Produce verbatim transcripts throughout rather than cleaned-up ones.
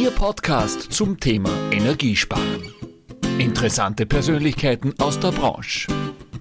Ihr Podcast zum Thema Energiesparen. Interessante Persönlichkeiten aus der Branche.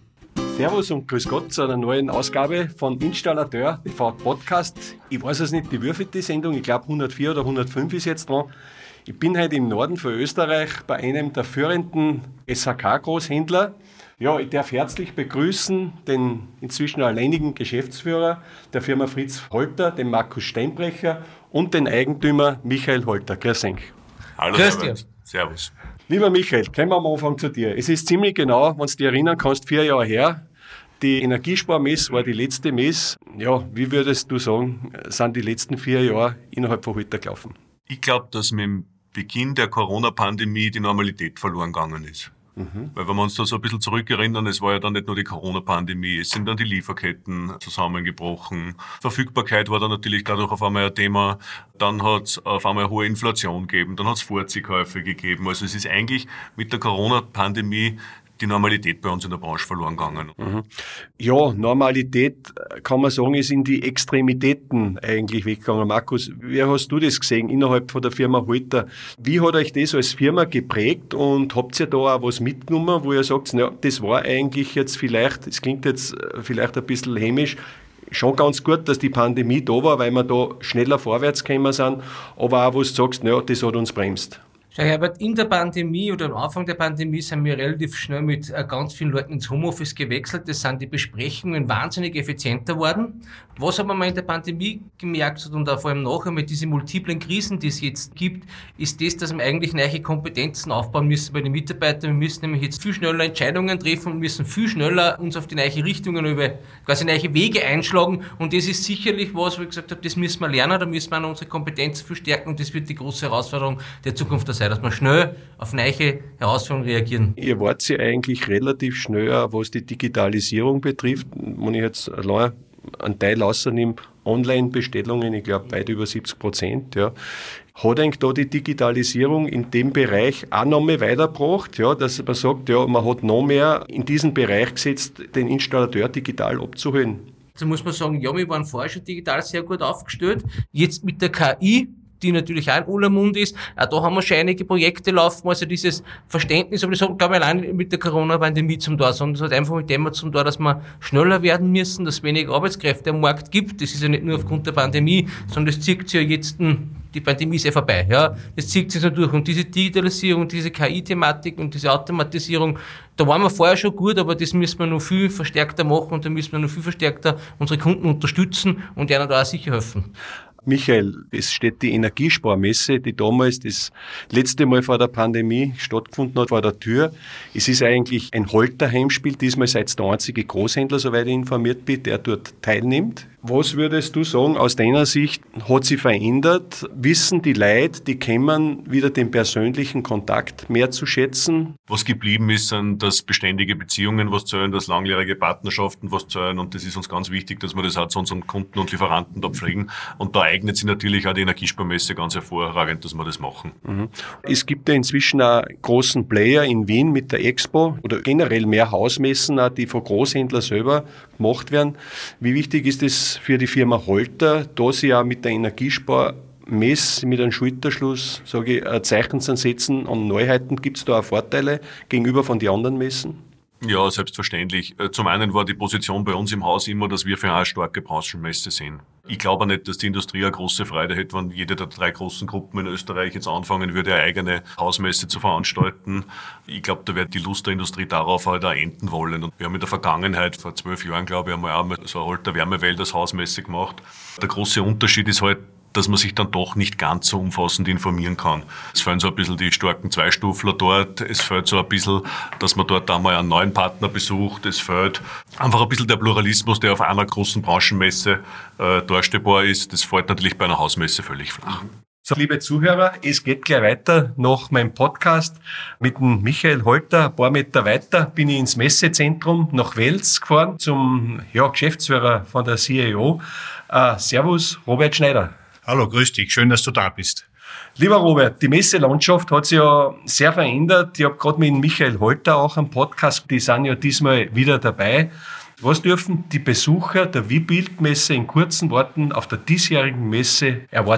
Servus und grüß Gott zu einer neuen Ausgabe von Installateur T V Podcast. Ich weiß es nicht, die wievielte Sendung, ich glaube hundertvier oder hundertfünf ist jetzt dran. Ich bin heute im Norden von Österreich bei einem der führenden S H K-Großhändler. Ja, ich darf herzlich begrüßen den inzwischen alleinigen Geschäftsführer der Firma Fritz Holter, den Markus Steinbrecher und den Eigentümer Michael Holter. Grüß euch. Hallo, Grüß dich. Servus. Lieber Michael, kommen wir am Anfang zu dir. Es ist ziemlich genau, wenn du dich erinnern kannst, vier Jahre her. Die Energiesparmesse war die letzte Messe. Ja, wie würdest du sagen, sind die letzten vier Jahre innerhalb von Holter gelaufen? Ich glaube, dass mit dem Beginn der Corona-Pandemie die Normalität verloren gegangen ist. Mhm. Weil wenn wir uns da so ein bisschen zurückerinnern, es war ja dann nicht nur die Corona-Pandemie, es sind dann die Lieferketten zusammengebrochen. Verfügbarkeit war dann natürlich dadurch auf einmal ein Thema. Dann hat es auf einmal eine hohe Inflation gegeben, dann hat es Vorziehkäufe gegeben. Also es ist eigentlich mit der Corona-Pandemie die Normalität bei uns in der Branche verloren gegangen. Mhm. Ja, Normalität, kann man sagen, ist in die Extremitäten eigentlich weggegangen. Markus, wie hast du das gesehen innerhalb von der Firma Holter? Wie hat euch das als Firma geprägt und habt ihr da auch was mitgenommen, wo ihr sagt, na, das war eigentlich jetzt vielleicht, es klingt jetzt vielleicht ein bisschen hämisch, schon ganz gut, dass die Pandemie da war, weil wir da schneller vorwärts gekommen sind, aber auch, wo du sagst, na, das hat uns bremst. Herr Herbert, in der Pandemie oder am Anfang der Pandemie sind wir relativ schnell mit ganz vielen Leuten ins Homeoffice gewechselt. Das sind die Besprechungen wahnsinnig effizienter geworden. Was aber man in der Pandemie gemerkt hat und auch vor allem nachher mit diesen multiplen Krisen, die es jetzt gibt, ist das, dass wir eigentlich neue Kompetenzen aufbauen müssen bei den Mitarbeitern. Wir müssen nämlich jetzt viel schneller Entscheidungen treffen und müssen viel schneller uns auf die neuen Richtungen über quasi neue Wege einschlagen. Und das ist sicherlich was, wo ich gesagt habe, das müssen wir lernen, da müssen wir unsere Kompetenzen viel stärken und das wird die große Herausforderung der Zukunft sein, dass wir schnell auf neue Herausforderungen reagieren. Ihr wart ja eigentlich relativ schnell, was die Digitalisierung betrifft. Wenn ich jetzt allein einen Teil rausnehme, Online-Bestellungen, ich glaube weit über siebzig Prozent. Ja. Hat eigentlich da die Digitalisierung in dem Bereich auch noch mehr weitergebracht, ja, dass man sagt, ja, man hat noch mehr in diesen Bereich gesetzt, den Installateur digital abzuholen? Da muss man sagen, ja, wir waren vorher schon digital sehr gut aufgestellt. Jetzt mit der K I, die natürlich auch in aller Munde ist. Auch da haben wir schon einige Projekte laufen, also dieses Verständnis, aber das hat, glaube ich, allein mit der Corona-Pandemie zum Tor, sondern das hat einfach mit dem zum Tor, dass wir schneller werden müssen, dass es wenig Arbeitskräfte am Markt gibt. Das ist ja nicht nur aufgrund der Pandemie, sondern das zieht sich ja jetzt, die Pandemie ist ja vorbei, ja. Das zieht sich so durch. Und diese Digitalisierung, diese K I-Thematik und diese Automatisierung, da waren wir vorher schon gut, aber das müssen wir noch viel verstärkter machen und da müssen wir noch viel verstärkter unsere Kunden unterstützen und ihnen da auch sicher helfen. Michael, es steht die Energiesparmesse, die damals das letzte Mal vor der Pandemie stattgefunden hat, vor der Tür. Es ist eigentlich ein Holter-Heimspiel. Diesmal seid ihr der einzige Großhändler, soweit ich informiert bin, der dort teilnimmt. Was würdest du sagen, aus deiner Sicht hat sich verändert? Wissen die Leute, die kommen, wieder den persönlichen Kontakt mehr zu schätzen? Was geblieben ist, sind das beständige Beziehungen, was zählen, das langjährige Partnerschaften, was zählen. Und das ist uns ganz wichtig, dass wir das auch zu unseren Kunden und Lieferanten da pflegen. Und da eignet sich natürlich auch die Energiesparmesse ganz hervorragend, dass wir das machen. Mhm. Es gibt ja inzwischen auch großen Player in Wien mit der Expo oder generell mehr Hausmessen, auch, die von Großhändlern selber gemacht werden. Wie wichtig ist es für die Firma Holter, da sie ja mit der Energiesparmesse, mit einem Schulterschluss, sage ich, ein Zeichen zu setzen an Neuheiten? Gibt es da auch Vorteile gegenüber von den anderen Messen? Ja, selbstverständlich. Zum einen war die Position bei uns im Haus immer, dass wir für eine starke Branchenmesse sind. Ich glaube nicht, dass die Industrie eine große Freude hätte, wenn jede der drei großen Gruppen in Österreich jetzt anfangen würde, eine eigene Hausmesse zu veranstalten. Ich glaube, da wird die Lust der Industrie darauf halt auch enden wollen. Und wir haben in der Vergangenheit, vor zwölf Jahren, glaube ich, einmal auch so eine Holter Wärmewelt als Hausmesse gemacht. Der große Unterschied ist halt, dass man sich dann doch nicht ganz so umfassend informieren kann. Es fehlen so ein bisschen die starken Zweistufler dort, es fehlt so ein bisschen, dass man dort einmal einen neuen Partner besucht, es fehlt einfach ein bisschen der Pluralismus, der auf einer großen Branchenmesse äh, darstellbar ist. Das fällt natürlich bei einer Hausmesse völlig flach. So, liebe Zuhörer, es geht gleich weiter nach meinem Podcast mit dem Michael Holter. Ein paar Meter weiter bin ich ins Messezentrum nach Wels gefahren zum ja, Geschäftsführer von der C E O. Uh, servus, Robert Schneider. Hallo, grüß dich. Schön, dass du da bist. Lieber Robert, die Messelandschaft hat sich ja sehr verändert. Ich habe gerade mit Michael Holter auch einen Podcast, die sind ja diesmal wieder dabei. Was dürfen die Besucher der Wibild-Messe in kurzen Worten auf der diesjährigen Messe erwarten?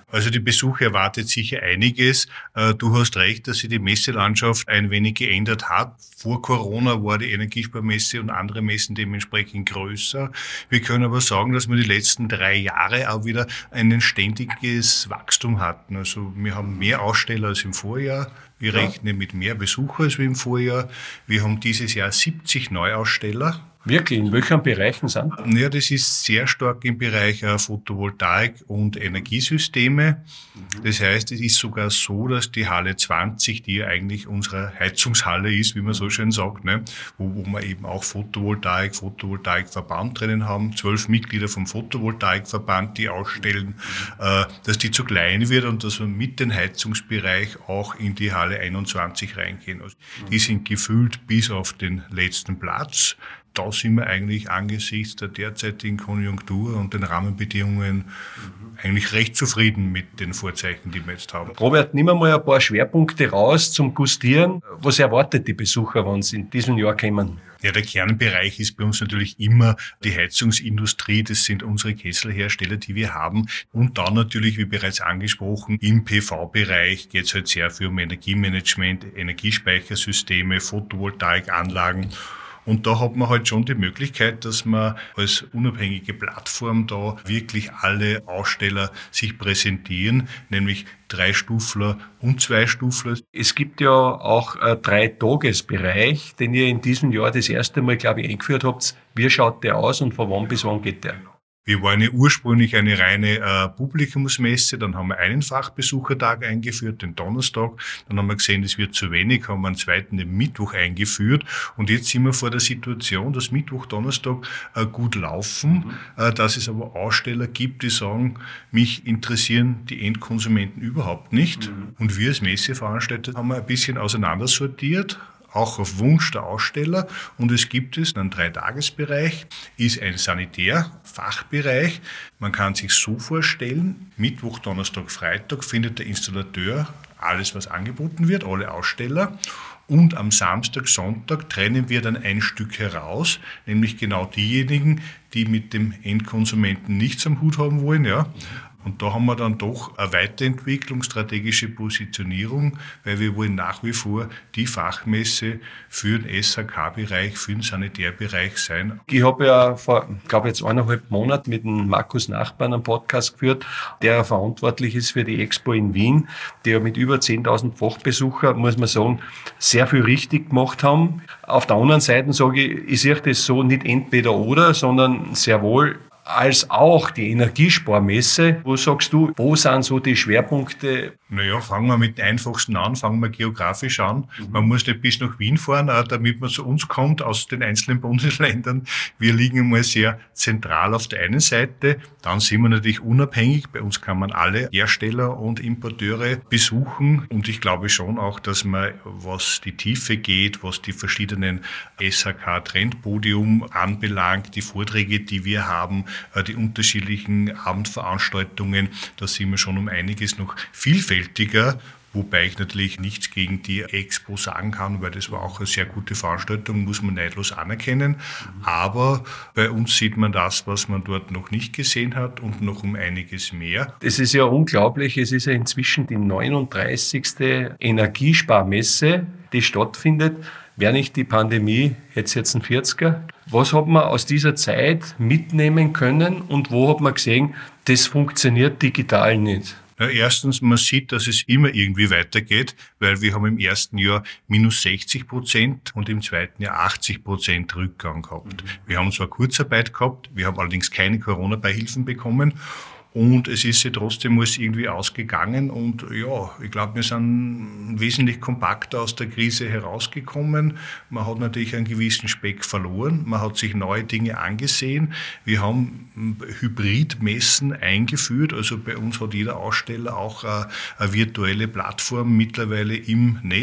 Also die Besucher erwartet sicher einiges. Du hast recht, dass sich die Messelandschaft ein wenig geändert hat. Vor Corona war die Energiesparmesse und andere Messen dementsprechend größer. Wir können aber sagen, dass wir die letzten drei Jahre auch wieder ein ständiges Wachstum hatten. Also wir haben mehr Aussteller als im Vorjahr. Wir ja. rechnen mit mehr Besucher als im Vorjahr. Wir haben dieses Jahr siebzig Neuaussteller. Wirklich? In welchen Bereichen sind? Ja, das ist sehr stark im Bereich Photovoltaik und Energiesysteme. Das heißt, es ist sogar so, dass die Halle zwanzig, die ja eigentlich unsere Heizungshalle ist, wie man so schön sagt, ne, wo, wo wir eben auch Photovoltaik, Photovoltaikverband drinnen haben, zwölf Mitglieder vom Photovoltaikverband, die ausstellen, äh, dass die zu klein wird und dass wir mit dem Heizungsbereich auch in die Halle einundzwanzig reingehen. Also die sind gefüllt bis auf den letzten Platz. Da sind wir eigentlich angesichts der derzeitigen Konjunktur und den Rahmenbedingungen eigentlich recht zufrieden mit den Vorzeichen, die wir jetzt haben. Robert, nimm mal ein paar Schwerpunkte raus zum Gustieren. Was erwartet die Besucher, wenn sie in diesem Jahr kommen? Ja, der Kernbereich ist bei uns natürlich immer die Heizungsindustrie. Das sind unsere Kesselhersteller, die wir haben. Und dann natürlich, wie bereits angesprochen, im P V-Bereich geht es halt sehr viel um Energiemanagement, Energiespeichersysteme, Photovoltaikanlagen. Und da hat man halt schon die Möglichkeit, dass man als unabhängige Plattform da wirklich alle Aussteller sich präsentieren, nämlich Dreistufler und Zweistufler. Es gibt ja auch einen Drei-Tages-Bereich, den ihr in diesem Jahr das erste Mal, glaube ich, eingeführt habt. Wie schaut der aus und von wann bis wann geht der? Wir waren ja ursprünglich eine reine äh, Publikumsmesse, dann haben wir einen Fachbesuchertag eingeführt, den Donnerstag, dann haben wir gesehen, das wird zu wenig, haben wir einen zweiten, den Mittwoch eingeführt und jetzt sind wir vor der Situation, dass Mittwoch, Donnerstag äh, gut laufen, mhm. äh, dass es aber Aussteller gibt, die sagen, mich interessieren die Endkonsumenten überhaupt nicht mhm. und wir als Messeveranstalter haben wir ein bisschen auseinandersortiert, auch auf Wunsch der Aussteller. Und es gibt es einen Dreitagesbereich, ist ein Sanitärfachbereich. Man kann sich so vorstellen, Mittwoch, Donnerstag, Freitag findet der Installateur alles, was angeboten wird, alle Aussteller. Und am Samstag, Sonntag trennen wir dann ein Stück heraus, nämlich genau diejenigen, die mit dem Endkonsumenten nichts am Hut haben wollen, ja. Und da haben wir dann doch eine Weiterentwicklung, strategische Positionierung, weil wir wollen nach wie vor die Fachmesse für den S H K-Bereich, für den Sanitärbereich sein. Ich habe ja vor, glaube jetzt eineinhalb Monaten mit dem Markus Nachbarn einen Podcast geführt, der verantwortlich ist für die Expo in Wien, die ja mit über zehntausend Fachbesucher, muss man sagen, sehr viel richtig gemacht haben. Auf der anderen Seite sage ich, ich sehe das so nicht entweder oder, sondern sehr wohl als auch die Energiesparmesse. Wo sagst du, wo sind so die Schwerpunkte? Naja, fangen wir mit dem Einfachsten an, fangen wir geografisch an. Mhm. Man muss nicht bis nach Wien fahren, damit man zu uns kommt, aus den einzelnen Bundesländern. Wir liegen einmal sehr zentral auf der einen Seite. Dann sind wir natürlich unabhängig. Bei uns kann man alle Hersteller und Importeure besuchen. Und ich glaube schon auch, dass man, was die Tiefe geht, was die verschiedenen S H K-Trendpodium anbelangt, die Vorträge, die wir haben, die unterschiedlichen Abendveranstaltungen, da sind wir schon um einiges noch vielfältiger, wobei ich natürlich nichts gegen die Expo sagen kann, weil das war auch eine sehr gute Veranstaltung, muss man neidlos anerkennen. Aber bei uns sieht man das, was man dort noch nicht gesehen hat und noch um einiges mehr. Das ist ja unglaublich, es ist ja inzwischen die neununddreißigste Energiesparmesse, die stattfindet. Wäre nicht die Pandemie, hätte es jetzt ein vierziger. Was hat man aus dieser Zeit mitnehmen können und wo hat man gesehen, das funktioniert digital nicht? Ja, erstens, man sieht, dass es immer irgendwie weitergeht, weil wir haben im ersten Jahr minus sechzig Prozent und im zweiten Jahr achtzig Prozent Rückgang gehabt. Mhm. Wir haben zwar Kurzarbeit gehabt, wir haben allerdings keine Corona-Beihilfen bekommen. Und es ist ja trotzdem alles irgendwie ausgegangen und ja, ich glaube, wir sind wesentlich kompakter aus der Krise herausgekommen. Man hat natürlich einen gewissen Speck verloren, man hat sich neue Dinge angesehen. Wir haben Hybridmessen eingeführt, also bei uns hat jeder Aussteller auch eine, eine virtuelle Plattform mittlerweile im Netz.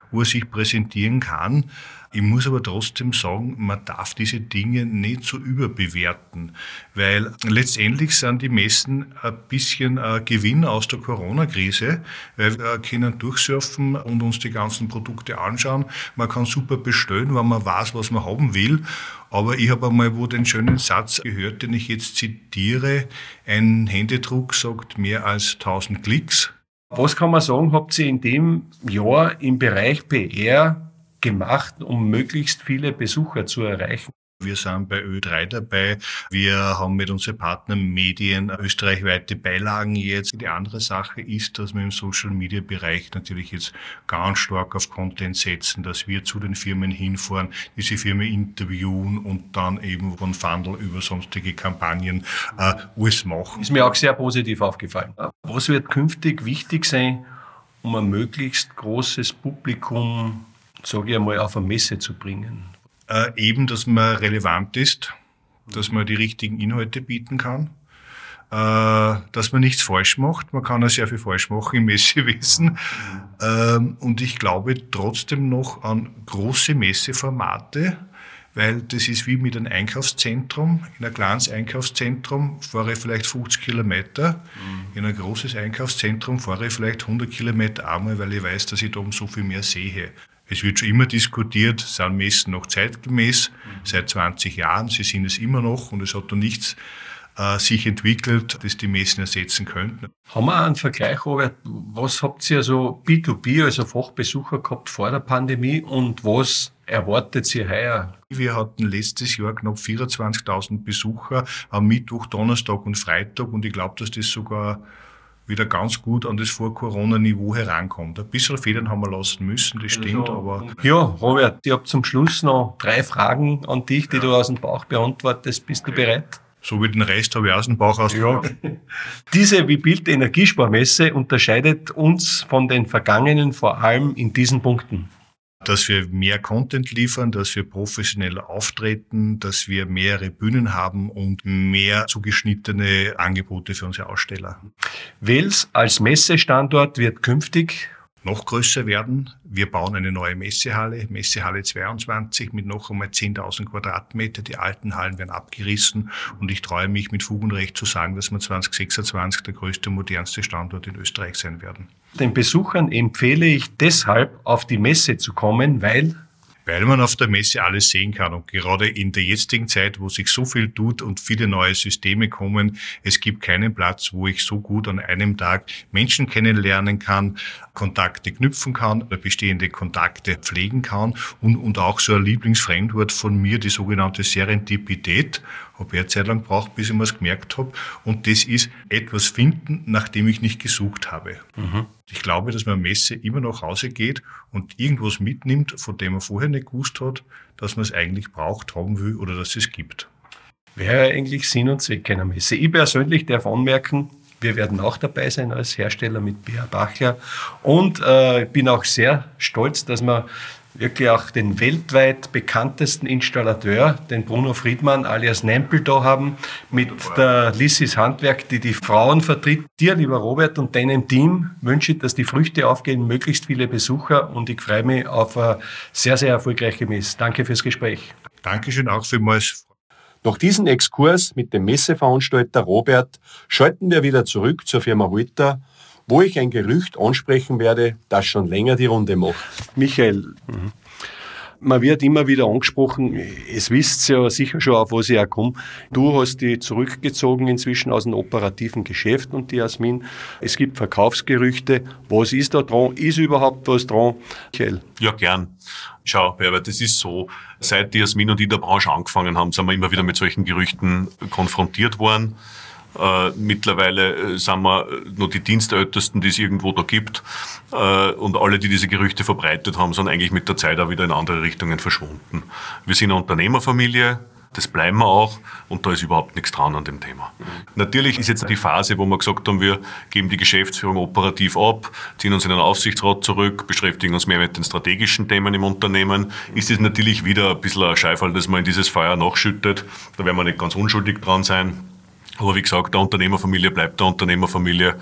wo er sich präsentieren kann. Ich muss aber trotzdem sagen, man darf diese Dinge nicht so überbewerten, weil letztendlich sind die Messen ein bisschen ein Gewinn aus der Corona-Krise, weil wir können durchsurfen und uns die ganzen Produkte anschauen. Man kann super bestellen, wenn man weiß, was man haben will. Aber ich habe einmal wo den schönen Satz gehört, den ich jetzt zitiere. Ein Händedruck sagt mehr als tausend Klicks. Was kann man sagen, habt ihr in dem Jahr im Bereich P R gemacht, um möglichst viele Besucher zu erreichen? Wir sind bei Ö drei dabei. Wir haben mit unseren Partnern Medien österreichweite Beilagen jetzt. Die andere Sache ist, dass wir im Social-Media-Bereich natürlich jetzt ganz stark auf Content setzen, dass wir zu den Firmen hinfahren, diese Firmen interviewen und dann eben von Funnel über sonstige Kampagnen äh, alles machen. Ist mir auch sehr positiv aufgefallen. Was wird künftig wichtig sein, um ein möglichst großes Publikum, sage ich einmal, auf eine Messe zu bringen? Äh, eben, dass man relevant ist, dass man die richtigen Inhalte bieten kann, äh, dass man nichts falsch macht. Man kann ja sehr viel falsch machen im Messewesen. Ähm, und ich glaube trotzdem noch an große Messeformate, weil das ist wie mit einem Einkaufszentrum. In ein kleines Einkaufszentrum fahre ich vielleicht fünfzig Kilometer. In ein großes Einkaufszentrum fahre ich vielleicht hundert Kilometer einmal, weil ich weiß, dass ich da um so viel mehr sehe. Es wird schon immer diskutiert, sind Messen noch zeitgemäß, seit zwanzig Jahren, sie sind es immer noch und es hat da nichts äh, sich entwickelt, das die Messen ersetzen könnten. Haben wir einen Vergleich, Robert? Was habt ihr so B zwei B, also Fachbesucher gehabt vor der Pandemie und was erwartet ihr heuer? Wir hatten letztes Jahr knapp vierundzwanzigtausend Besucher am Mittwoch, Donnerstag und Freitag und ich glaube, dass das sogar wieder ganz gut an das Vor-Corona-Niveau herankommt. Ein bisschen Federn haben wir lassen müssen, das stimmt, aber... Ja, Robert, ich habe zum Schluss noch drei Fragen an dich, die du aus dem Bauch beantwortest. Bist du bereit? So wie den Rest habe ich aus dem Bauch aus. Ja. Diese Webuild Energiesparmesse unterscheidet uns von den vergangenen vor allem in diesen Punkten. Dass wir mehr Content liefern, dass wir professioneller auftreten, dass wir mehrere Bühnen haben und mehr zugeschnittene Angebote für unsere Aussteller. Wels als Messestandort wird künftig noch größer werden. Wir bauen eine neue Messehalle, Messehalle zweiundzwanzig mit noch einmal zehntausend Quadratmeter. Die alten Hallen werden abgerissen und ich traue mich mit Fug und Recht zu sagen, dass wir zwanzig sechsundzwanzig der größte, modernste Standort in Österreich sein werden. Den Besuchern empfehle ich deshalb, auf die Messe zu kommen, weil... Weil man auf der Messe alles sehen kann und gerade in der jetzigen Zeit, wo sich so viel tut und viele neue Systeme kommen, es gibt keinen Platz, wo ich so gut an einem Tag Menschen kennenlernen kann, Kontakte knüpfen kann, oder bestehende Kontakte pflegen kann und, und auch so ein Lieblingsfremdwort von mir, die sogenannte Serendipität. Habe ich eine Zeit lang gebraucht, bis ich mir es gemerkt habe. Und das ist etwas finden, nach dem ich nicht gesucht habe. Mhm. Ich glaube, dass man eine Messe immer nach Hause geht und irgendwas mitnimmt, von dem man vorher nicht gewusst hat, dass man es eigentlich braucht, haben will oder dass es gibt. Wäre eigentlich Sinn und Zweck einer Messe. Ich persönlich darf anmerken, wir werden auch dabei sein als Hersteller mit B H Bachler. Und äh, ich bin auch sehr stolz, dass wir wirklich auch den weltweit bekanntesten Installateur, den Bruno Friedmann alias Nempel, da haben, mit der Lissis Handwerk, die die Frauen vertritt. Dir, lieber Robert, und deinem Team wünsche ich, dass die Früchte aufgehen, möglichst viele Besucher, und ich freue mich auf eine sehr, sehr erfolgreiche Messe. Danke fürs Gespräch. Dankeschön auch vielmals. Nach diesem Exkurs mit dem Messeveranstalter Robert schalten wir wieder zurück zur Firma Hulter, wo ich ein Gerücht ansprechen werde, das schon länger die Runde macht. Michael, mhm. man wird immer wieder angesprochen, es wisst ja sicher schon, auf was ich auch komme. Du hast dich zurückgezogen inzwischen aus dem operativen Geschäft und die Jasmin. Es gibt Verkaufsgerüchte. Was ist da dran? Ist überhaupt was dran? Michael? Ja, gern. Schau, Herbert, das ist so. Seit die Jasmin und ich in der Branche angefangen haben, sind wir immer wieder mit solchen Gerüchten konfrontiert worden. Äh, mittlerweile sind wir nur die Dienstältesten, die es irgendwo da gibt. Äh, und alle, die diese Gerüchte verbreitet haben, sind eigentlich mit der Zeit auch wieder in andere Richtungen verschwunden. Wir sind eine Unternehmerfamilie, das bleiben wir auch, und da ist überhaupt nichts dran an dem Thema. Mhm. Natürlich ist jetzt die Phase, wo wir gesagt haben, wir geben die Geschäftsführung operativ ab, ziehen uns in den Aufsichtsrat zurück, beschäftigen uns mehr mit den strategischen Themen im Unternehmen, ist es natürlich wieder ein bisschen ein Scheifall, dass man in dieses Feuer nachschüttet. Da werden wir nicht ganz unschuldig dran sein. Aber wie gesagt, der Unternehmerfamilie bleibt der Unternehmerfamilie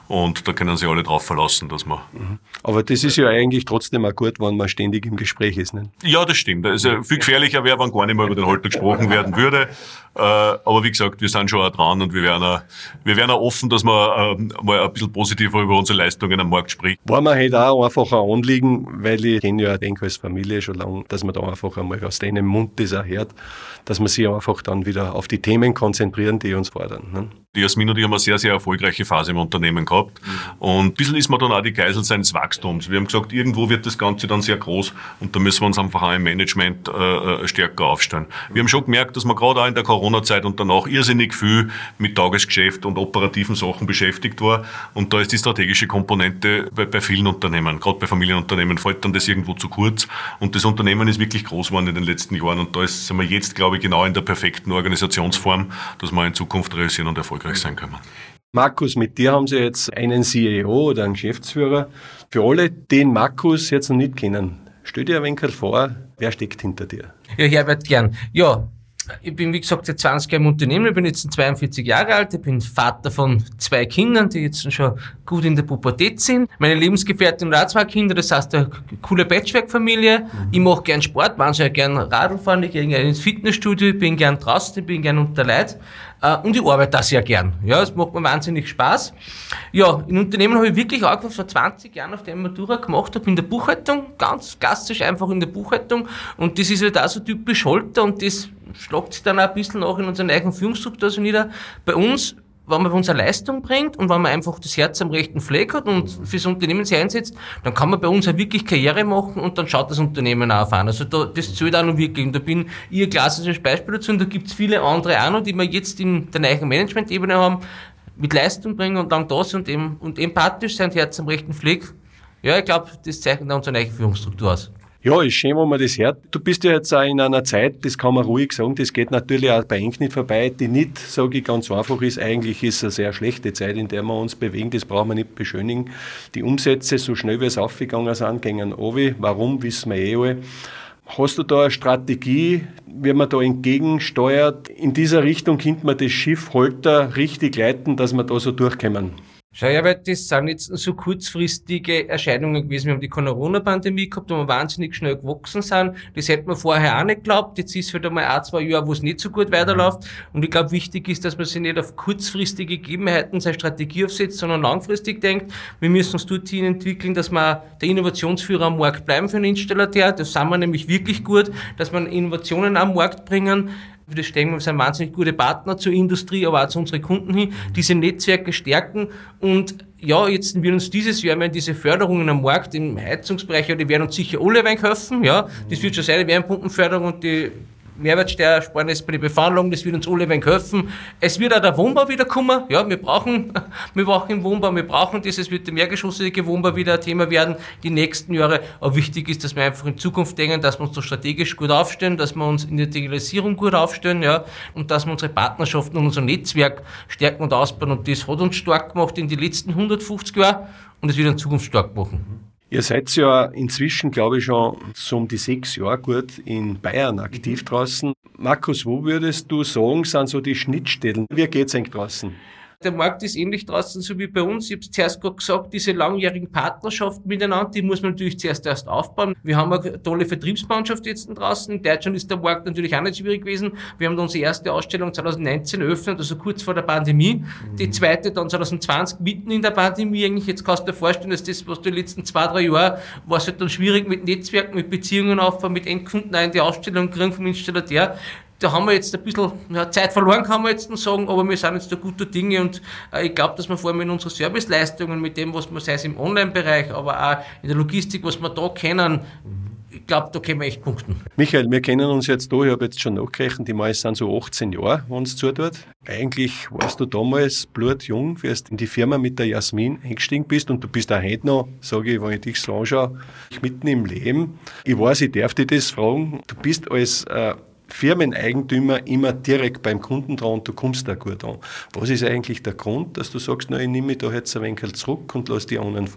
und da können sich alle drauf verlassen, dass man... Mhm. Aber das ist ja eigentlich trotzdem auch gut, wenn man ständig im Gespräch ist, nicht? Ja, das stimmt. Also viel gefährlicher wäre, wenn gar nicht mehr über den Halter gesprochen werden würde. Äh, aber wie gesagt, wir sind schon auch dran und wir wären auch, wir wären auch offen, dass man äh, mal ein bisschen positiver über unsere Leistungen am Markt spricht. War mir halt auch einfach ein Anliegen, weil ich kenne ja denke als Familie schon lange, dass man da einfach einmal aus deinem Mund das auch hört, dass man sich einfach dann wieder auf die Themen konzentrieren, die uns fordern. Ne? Die Jasmin und ich haben eine sehr, sehr erfolgreiche Phase im Unternehmen gehabt. Und ein bisschen ist man dann auch die Geisel seines Wachstums. Wir haben gesagt, irgendwo wird das Ganze dann sehr groß und da müssen wir uns einfach auch im Management äh, stärker aufstellen. Wir haben schon gemerkt, dass man gerade auch in der Corona-Zeit und danach irrsinnig viel mit Tagesgeschäft und operativen Sachen beschäftigt war. Und da ist die strategische Komponente bei, bei vielen Unternehmen, gerade bei Familienunternehmen, fällt dann das irgendwo zu kurz. Und das Unternehmen ist wirklich groß geworden in den letzten Jahren. Und da ist, sind wir jetzt, glaube ich, genau in der perfekten Organisationsform, dass wir in Zukunft realisieren und erfolgreich sein können. Markus, mit dir haben Sie jetzt einen C E O oder einen Geschäftsführer. Für alle, die den Markus jetzt noch nicht kennen, stell dir ein wenig vor, wer steckt hinter dir? Ja, Herbert, gern. Ja, ich bin, wie gesagt, seit zwanzig Jahren im Unternehmen. Ich bin jetzt zweiundvierzig Jahre alt. Ich bin Vater von zwei Kindern, die jetzt schon gut in der Pubertät sind. Meine Lebensgefährtin hat auch zwei Kinder, das heißt eine coole Patchwork-Familie. Mhm. Ich mache gern Sport, wahnsinnig gern Radl fahren, ich gehe gerne ins Fitnessstudio, ich bin gern draußen, ich bin gern unter Leid. Und ich arbeite auch sehr gern. Ja, es macht mir wahnsinnig Spaß. Ja, im Unternehmen habe ich wirklich angefangen vor zwanzig Jahren, auf der Matura gemacht habe, in der Buchhaltung. Ganz klassisch einfach in der Buchhaltung. Und das ist halt auch so typisch Holter und das schlagt sich dann auch ein bisschen auch in unserer eigenen Führungsstruktur so nieder. Bei uns, wenn man unsere Leistung bringt und wenn man einfach das Herz am rechten Fleck hat und fürs Unternehmen sich einsetzt, dann kann man bei uns auch wirklich Karriere machen und dann schaut das Unternehmen auch auf an. Also da, das zählt auch noch wirklich. Und da bin ich ein klassisches Beispiel dazu und da gibt's viele andere auch noch, die wir jetzt in der neuen Management-Ebene haben, mit Leistung bringen und lang da sind und, eben, und empathisch sein, Herz am rechten Fleck. Ja, ich glaube, das zeichnet unsere neue Führungsstruktur aus. Ja, ist schön, wenn man das hört. Du bist ja jetzt auch in einer Zeit, das kann man ruhig sagen, das geht natürlich auch bei Eng nicht vorbei, die nicht, sage ich ganz einfach, ist. Eigentlich ist es eine sehr schlechte Zeit, in der wir uns bewegen, das brauchen wir nicht beschönigen. Die Umsätze, so schnell wie es aufgegangen sind, gingen runter. Warum, wissen wir eh alle. Hast du da eine Strategie, wie man da entgegensteuert? In dieser Richtung könnte man das Schiff Holter richtig leiten, dass wir da so durchkommen. Schau, ja, weil das sind jetzt so kurzfristige Erscheinungen gewesen. Wir haben die Corona-Pandemie gehabt, wo wir wahnsinnig schnell gewachsen sind. Das hätten wir vorher auch nicht geglaubt. Jetzt ist wieder mal ein, zwei Jahre, wo es nicht so gut weiterläuft. Und ich glaube, wichtig ist, dass man sich nicht auf kurzfristige Gegebenheiten seine Strategie aufsetzt, sondern langfristig denkt. Wir müssen uns dorthin entwickeln, dass wir der Innovationsführer am Markt bleiben für einen Installateur. Das sind wir nämlich wirklich gut, dass wir Innovationen am Markt bringen. Das stellen wir, sind wahnsinnig gute Partner zur Industrie, aber auch zu unseren Kunden hin, diese Netzwerke stärken. Und ja, jetzt werden uns dieses Jahr mal diese Förderungen am Markt im Heizungsbereich, ja, die werden uns sicher alle ein wenig helfen. Ja, das wird schon sein, die Wärmepumpenförderung und die Mehrwertsteuersparnis bei der Befahrung, das wird uns alle ein wenig helfen. Es wird auch der Wohnbau wieder kommen. Ja, wir brauchen, wir brauchen den Wohnbau, wir brauchen das. Es wird der mehrgeschossige Wohnbau wieder ein Thema werden, die nächsten Jahre. Aber wichtig ist, dass wir einfach in Zukunft denken, dass wir uns da strategisch gut aufstellen, dass wir uns in der Digitalisierung gut aufstellen, ja, und dass wir unsere Partnerschaften und unser Netzwerk stärken und ausbauen. Und das hat uns stark gemacht in den letzten hundertfünfzig Jahren und es wird in Zukunft stark machen. Ihr seid ja inzwischen, glaube ich, schon so um die sechs Jahre gut in Bayern aktiv draußen. Markus, wo würdest du sagen, sind so die Schnittstellen? Wie geht's eigentlich draußen? Der Markt ist ähnlich draußen so wie bei uns. Ich habe es zuerst gerade gesagt, diese langjährigen Partnerschaften miteinander, die muss man natürlich zuerst erst aufbauen. Wir haben eine tolle Vertriebsmannschaft jetzt draußen. In Deutschland ist der Markt natürlich auch nicht schwierig gewesen. Wir haben unsere erste Ausstellung zwanzig neunzehn eröffnet, also kurz vor der Pandemie. Mhm. Die zweite dann zwanzig zwanzig, mitten in der Pandemie eigentlich. Jetzt kannst du dir vorstellen, dass das, was du die letzten zwei, drei Jahre, war es halt dann schwierig mit Netzwerken, mit Beziehungen aufbauen, mit Endkunden auch in die Ausstellung kriegen vom Installateur. Da haben wir jetzt ein bisschen ja, Zeit verloren, kann man jetzt noch sagen, aber wir sind jetzt da guter Dinge und äh, ich glaube, dass wir vor allem in unseren Serviceleistungen, mit dem, was wir, sei es im Online-Bereich, aber auch in der Logistik, was wir da kennen, ich glaube, da können wir echt punkten. Michael, wir kennen uns jetzt da, ich habe jetzt schon nachgerechnet, die meisten sind so achtzehn Jahre, wenn es zutut. Eigentlich warst du damals blutjung, wie du in die Firma mit der Jasmin eingestiegen bist und du bist auch heute noch, sage ich, wenn ich dich so anschaue, mitten im Leben. Ich weiß, ich darf dich das fragen, du bist als äh, Firmeneigentümer immer direkt beim Kunden dran und du kommst da gut an. Was ist eigentlich der Grund, dass du sagst, na, ich nehme mich da jetzt ein wenig zurück und lass die anderen fahren?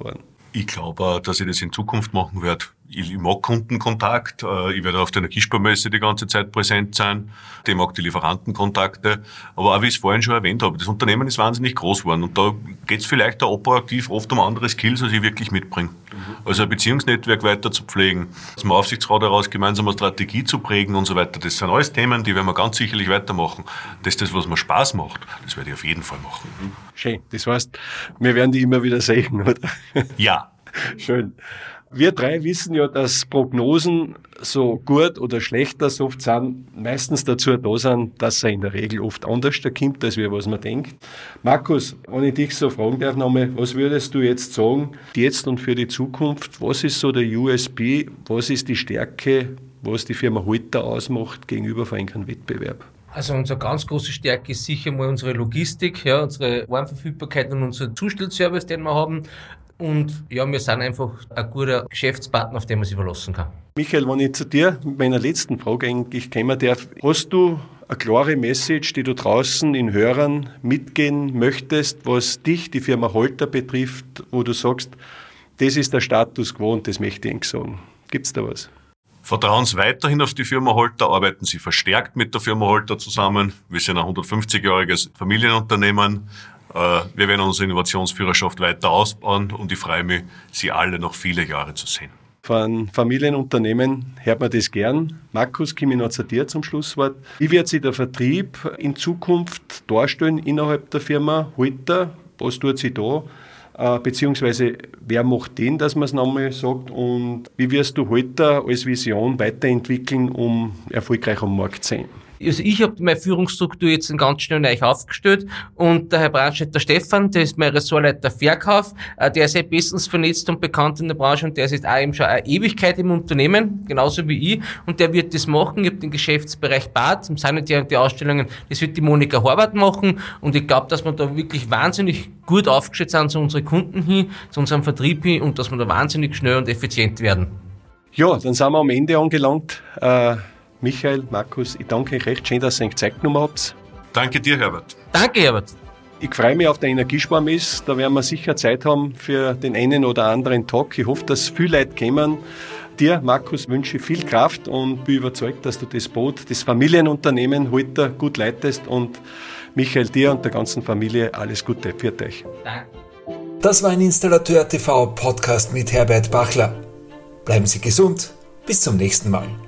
Ich glaube, dass ich das in Zukunft machen werde. Ich mag Kundenkontakt, ich werde auf der Energiesparmesse die ganze Zeit präsent sein, ich mag die Lieferantenkontakte, aber auch wie ich es vorhin schon erwähnt habe, das Unternehmen ist wahnsinnig groß geworden und da geht es vielleicht auch operativ oft um andere Skills, als ich wirklich mitbringe. Mhm. Also ein Beziehungsnetzwerk weiter zu pflegen, aus dem Aufsichtsrat heraus gemeinsam eine Strategie zu prägen und so weiter, das sind alles Themen, die werden wir ganz sicherlich weitermachen. Das ist das, was mir Spaß macht, das werde ich auf jeden Fall machen. Mhm. Schön, das heißt, wir werden die immer wieder sehen, oder? Ja. Schön. Wir drei wissen ja, dass Prognosen so gut oder schlechter so oft sind, meistens dazu da sind, dass er in der Regel oft anders da kommt, als wir, was man denkt. Markus, wenn ich dich so fragen darf nochmal, was würdest du jetzt sagen, jetzt und für die Zukunft, was ist so der U S P, was ist die Stärke, was die Firma Holter ausmacht gegenüber von einem Wettbewerb? Also unsere ganz große Stärke ist sicher mal unsere Logistik, ja, unsere Warenverfügbarkeit und unser Zustellservice, den wir haben. Und ja, wir sind einfach ein guter Geschäftspartner, auf den man sich verlassen kann. Michael, wenn ich zu dir mit meiner letzten Frage eigentlich kommen darf, hast du eine klare Message, die du draußen in Hörern mitgehen möchtest, was dich, die Firma Holter betrifft, wo du sagst, das ist der Status quo und das möchte ich Ihnen sagen. Gibt es da was? Vertrauen Sie weiterhin auf die Firma Holter, arbeiten Sie verstärkt mit der Firma Holter zusammen. Wir sind ein hundertfünfzigjähriges Familienunternehmen. Wir werden unsere Innovationsführerschaft weiter ausbauen und ich freue mich, Sie alle noch viele Jahre zu sehen. Von Familienunternehmen hört man das gern. Markus, komme ich noch zu dir zum Schlusswort. Wie wird sich der Vertrieb in Zukunft darstellen innerhalb der Firma Holter? Was tut sie da? Beziehungsweise wer macht den, dass man es nochmal sagt? Und wie wirst du Holter als Vision weiterentwickeln, um erfolgreich am Markt zu sein? Also ich habe meine Führungsstruktur jetzt ganz schnell neu aufgestellt und der Herr Brandstätter Stefan, der ist mein Ressortleiter Verkauf, der ist ja bestens vernetzt und bekannt in der Branche und der ist jetzt auch eben schon eine Ewigkeit im Unternehmen, genauso wie ich, und der wird das machen. Ich habe den Geschäftsbereich Bad, im Sanitär und die Ausstellungen, das wird die Monika Horvath machen und ich glaube, dass wir da wirklich wahnsinnig gut aufgestellt sind zu unseren Kunden hin, zu unserem Vertrieb hin und dass wir da wahnsinnig schnell und effizient werden. Ja, dann sind wir am Ende angelangt. Äh Michael, Markus, ich danke euch recht schön, dass ihr euch Zeit genommen habt. Danke dir, Herbert. Danke, Herbert. Ich freue mich auf der Energiesparmesse. Da werden wir sicher Zeit haben für den einen oder anderen Tag. Ich hoffe, dass viele Leute kommen. Dir, Markus, wünsche ich viel Kraft und bin überzeugt, dass du das Boot, das Familienunternehmen Holter gut leitest. Und Michael, dir und der ganzen Familie alles Gute. Für euch. Danke. Das war ein Installateur T V Podcast mit Herbert Bachler. Bleiben Sie gesund. Bis zum nächsten Mal.